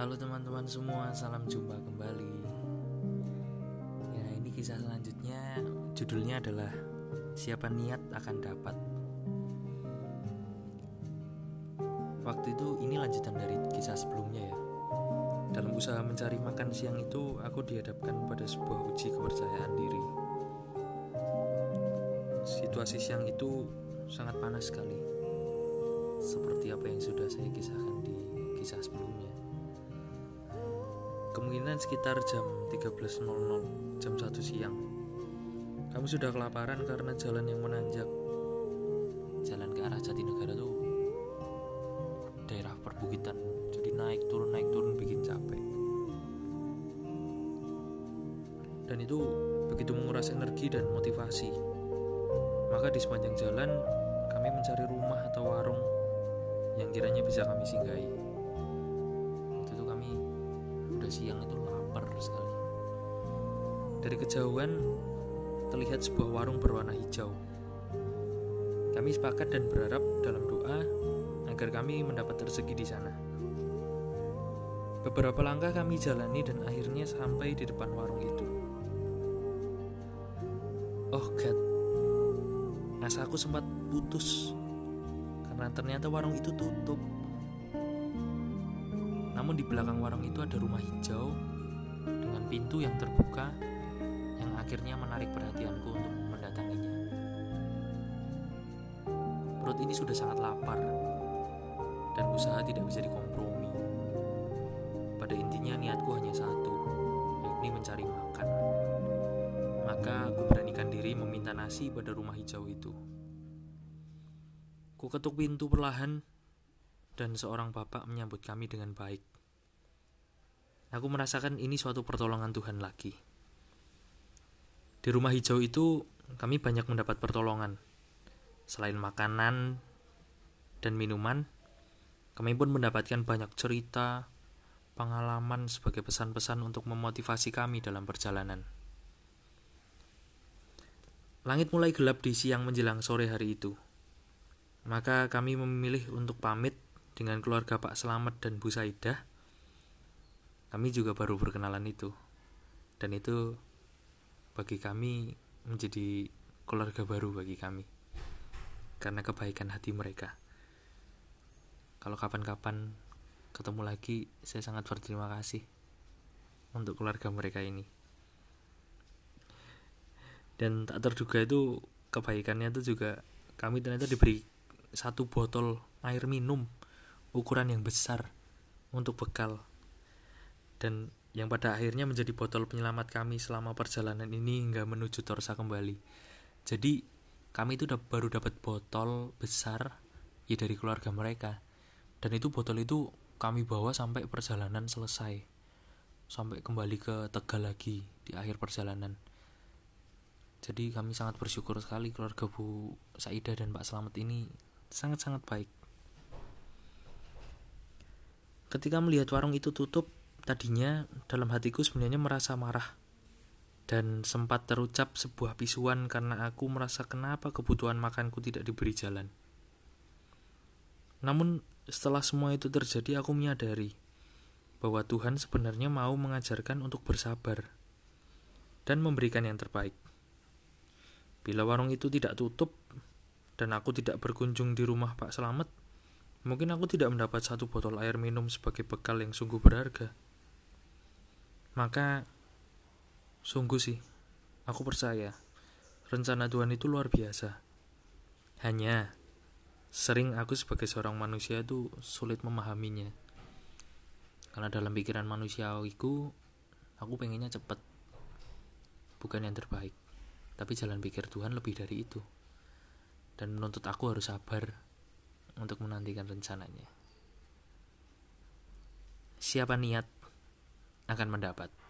Halo teman-teman semua, salam jumpa kembali. Ya, ini kisah selanjutnya, judulnya adalah Siapa Niat Akan Dapat. Waktu itu ini lanjutan dari kisah sebelumnya ya. Dalam usaha mencari makan siang itu, aku dihadapkan pada sebuah uji kepercayaan diri. Situasi siang itu sangat panas sekali, seperti apa yang sudah saya kisahkan di kisah sebelumnya. Kemungkinan sekitar jam 13.00, jam 1 siang. Kami sudah kelaparan karena jalan yang menanjak. Jalan ke arah Jatinegara tuh daerah perbukitan, jadi naik turun bikin capek. Dan itu begitu menguras energi dan motivasi. Maka di sepanjang jalan kami mencari rumah atau warung yang kiranya bisa kami singgahi. Waktu itu kami udah siang itu lapar sekali. Dari kejauhan terlihat sebuah warung berwarna hijau. Kami sepakat dan berharap dalam doa agar kami mendapat rezeki di sana. Beberapa langkah kami jalani dan akhirnya sampai di depan warung itu. Oh God, asa aku sempat putus karena ternyata warung itu tutup. Namun di belakang warung itu ada rumah hijau dengan pintu yang terbuka yang akhirnya menarik perhatianku untuk mendatanginya. Perut ini sudah sangat lapar dan usaha tidak bisa dikompromi. Pada intinya niatku hanya satu, yakni mencari makan. Maka aku beranikan diri meminta nasi pada rumah hijau itu. Ku ketuk pintu perlahan dan seorang bapak menyambut kami dengan baik. Aku merasakan ini suatu pertolongan Tuhan lagi. Di rumah hijau itu kami banyak mendapat pertolongan. Selain makanan dan minuman, kami pun mendapatkan banyak cerita, pengalaman sebagai pesan-pesan untuk memotivasi kami dalam perjalanan. Langit mulai gelap di siang menjelang sore hari itu. Maka kami memilih untuk pamit dengan keluarga Pak Slamet dan Bu Saidah. Kami juga baru berkenalan itu. Dan itu bagi kami menjadi keluarga baru bagi kami. Karena kebaikan hati mereka. Kalau kapan-kapan ketemu lagi, saya sangat berterima kasih untuk keluarga mereka ini. Dan tak terduga itu kebaikannya itu juga kami ternyata diberi satu botol air minum ukuran yang besar untuk bekal. Dan yang pada akhirnya menjadi botol penyelamat kami selama perjalanan ini hingga menuju Torsa kembali. Jadi kami itu baru dapat botol besar ya dari keluarga mereka. Dan itu botol itu kami bawa sampai perjalanan selesai. Sampai kembali ke Tegal lagi di akhir perjalanan. Jadi kami sangat bersyukur sekali keluarga Bu Saidah dan Pak Slamet ini sangat-sangat baik. Ketika melihat warung itu tutup, tadinya dalam hatiku sebenarnya merasa marah. Dan sempat terucap sebuah bisuan karena aku merasa kenapa kebutuhan makanku tidak diberi jalan. Namun setelah semua itu terjadi, aku menyadari bahwa Tuhan sebenarnya mau mengajarkan untuk bersabar dan memberikan yang terbaik. Bila warung itu tidak tutup dan aku tidak berkunjung di rumah Pak Slamet, mungkin aku tidak mendapat satu botol air minum sebagai bekal yang sungguh berharga. Maka sungguh sih, aku percaya rencana Tuhan itu luar biasa. Hanya sering aku sebagai seorang manusia itu sulit memahaminya. Karena dalam pikiran manusiawiku, aku pengennya cepat, bukan yang terbaik. Tapi jalan pikir Tuhan lebih dari itu. Dan menuntut aku harus sabar untuk menantikan rencananya. Siapa niat akan mendapat.